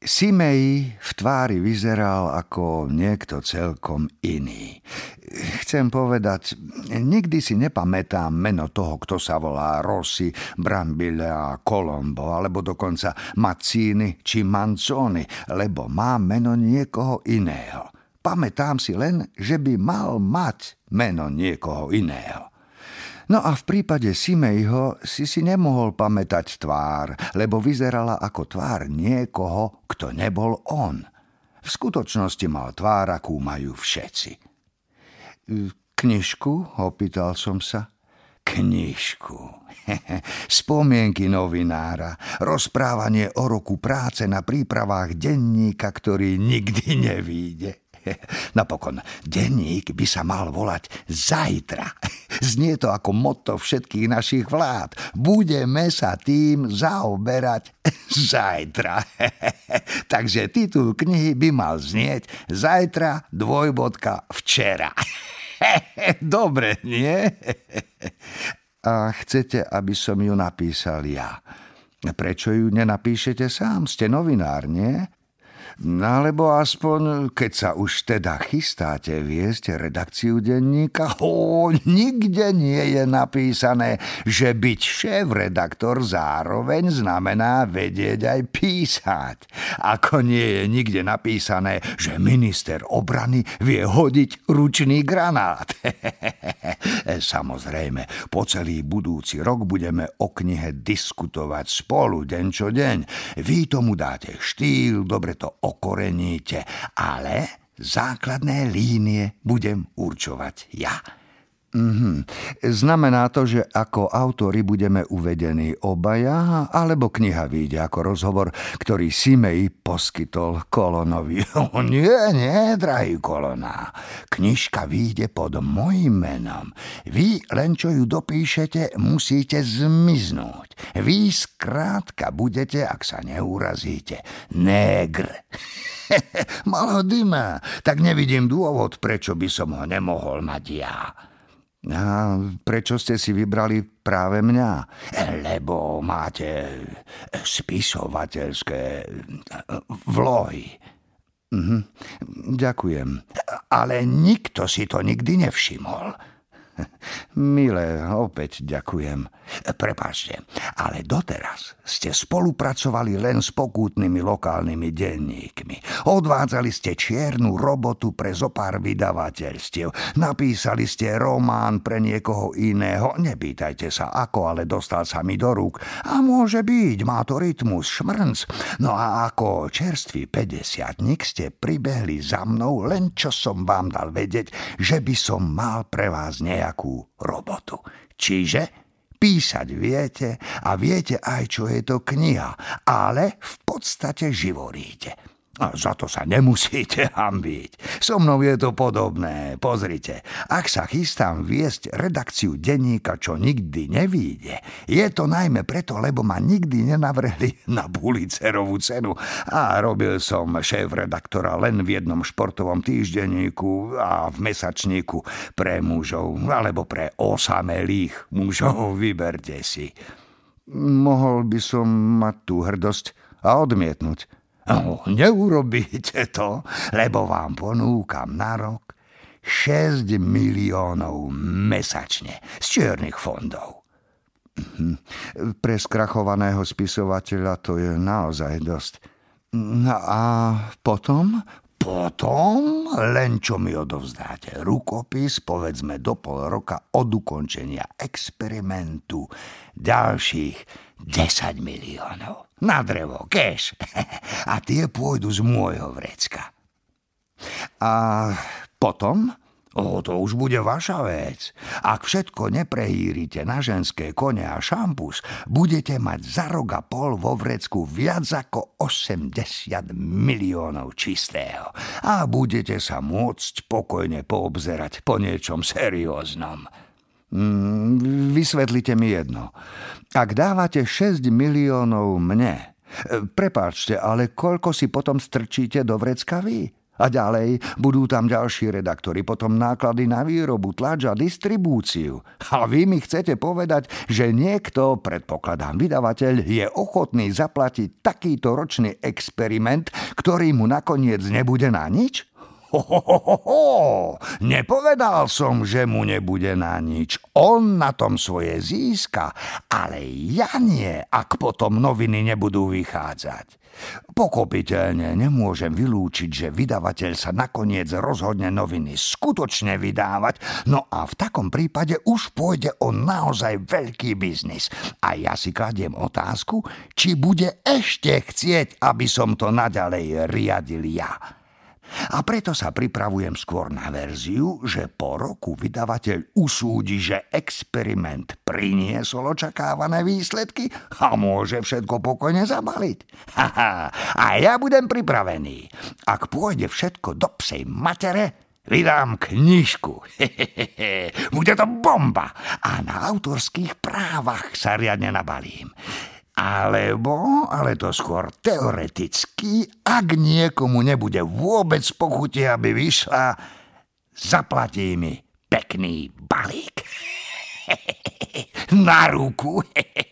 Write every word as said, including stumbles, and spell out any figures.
Simei v tvári vyzeral ako niekto celkom iný. Chcem povedať, nikdy si nepamätám meno toho, kto sa volá Rossi, Brambilla a Colombo, alebo dokonca Mazzini či Manzoni, lebo má meno niekoho iného. Pamätám si len, že by mal mať meno niekoho iného. No a v prípade Simeiho si si nemohol pamätať tvár, lebo vyzerala ako tvár niekoho, kto nebol on. V skutočnosti mal tvár, akú majú všetci. Knižku? Opýtal som sa. Knižku. Spomienky novinára. Rozprávanie o roku práce na prípravách denníka, ktorý nikdy nevíde. Napokon, denník by sa mal volať Zajtra. Znie to ako motto všetkých našich vlád. Budeme sa tým zaoberať zajtra. Takže titul knihy by mal znieť Zajtra dvojbodka včera. Dobre, nie? A chcete, aby som ju napísal ja? Prečo ju nenapíšete sám? Ste novinár, nie? Alebo aspoň, keď sa už teda chystáte viesť redakciu denníka, ó, nikde nie je napísané, že byť šéf-redaktor zároveň znamená vedieť aj písať. Ako nie je nikde napísané, že minister obrany vie hodiť ručný granát. Samozrejme, po celý budúci rok budeme o knihe diskutovať spolu deň čo deň. Vy tomu dáte štýl, dobre to okoreníte, ale základné línie budem určovať ja. Mhm. Znamená to, že ako autori budeme uvedení obaja, alebo kniha vyjde ako rozhovor, ktorý Simei poskytol Kolonovi. O, nie, nie, drahý Kolona. Knižka vyjde pod mojím menom. Vy, len čo ju dopíšete, musíte zmiznúť. Vy skrátka budete, ak sa neurazíte, négr. Malo dyma, tak nevidím dôvod, prečo by som ho nemohol mať ja. A prečo ste si vybrali práve mňa? Lebo máte spisovateľské vlohy. Mhm. Ďakujem. Ale nikto si to nikdy nevšimol. Milé, opäť ďakujem. Prepáčte, ale doteraz ste spolupracovali len s pokútnymi lokálnymi denníkmi. Odvádzali ste čiernu robotu pre zopár vydavateľstiev. Napísali ste román pre niekoho iného. Nepýtajte sa ako, ale dostal sa mi do rúk. A môže byť, má to rytmus, šmrnc. No a ako čerstvý päťdesiatnik ste pribehli za mnou, len čo som vám dal vedieť, že by som mal pre vás nejakú robotu. Čiže písať viete a viete aj, čo je to kniha, ale v podstate živoríte. A za to sa nemusíte hanbiť. So mnou je to podobné. Pozrite, ak sa chystám viesť redakciu denníka, čo nikdy nevíde, je to najmä preto, lebo ma nikdy nenavrhli na Pulitzerovú cenu. A robil som šéf-redaktora len v jednom športovom týždenníku a v mesačníku pre mužov, alebo pre osamelých mužov, vyberte si. Mohol by som mať tú hrdosť a odmietnúť. No, neurobíte to, lebo vám ponúkam na rok šesť miliónov mesačne z čiernych fondov. Pre skrachovaného spisovateľa to je naozaj dosť. No a potom? Potom, len čo mi odovzdáte rukopis, povedzme do pol roka od ukončenia experimentu, ďalších desať miliónov. Na drevo, cash. A tie pôjdu z môjho vrecka. A potom? O, to už bude vaša vec. Ak všetko neprehýrite na ženské kone a šampus, budete mať za rok a pol vo vrecku viac ako osemdesiat miliónov čistého. A budete sa môcť pokojne poobzerať po niečom serióznom. Mm, vysvetlite mi jedno. Ak dávate šesť miliónov mne, prepáčte, ale koľko si potom strčíte do vrecka vy? A ďalej budú tam ďalší redaktori, potom náklady na výrobu, tlač a distribúciu. A vy mi chcete povedať, že niekto, predpokladám vydavateľ, je ochotný zaplatiť takýto ročný experiment, ktorý mu nakoniec nebude na nič? Ho, ho, ho, ho, ho. Nepovedal som, že mu nebude na nič. On na tom svoje získa, ale ja nie, ak potom noviny nebudú vychádzať. Pokopiteľne nemôžem vylúčiť, že vydavateľ sa nakoniec rozhodne noviny skutočne vydávať, no a v takom prípade už pôjde o naozaj veľký biznis. A ja si kladiem otázku, či bude ešte chcieť, aby som to naďalej riadil ja. A preto sa pripravujem skôr na verziu, že po roku vydavateľ usúdi, že experiment priniesol očakávané výsledky a môže všetko pokojne zabaliť. Haha, a ja budem pripravený. Ak pôjde všetko do psej matere, vydám knižku. Hehehe, bude to bomba a na autorských právach sa riadne nabalím. Alebo, ale to skôr teoreticky, ak niekomu nebude vôbec pochuti, aby vyšla, zaplatí mi pekný balík. Na ruku.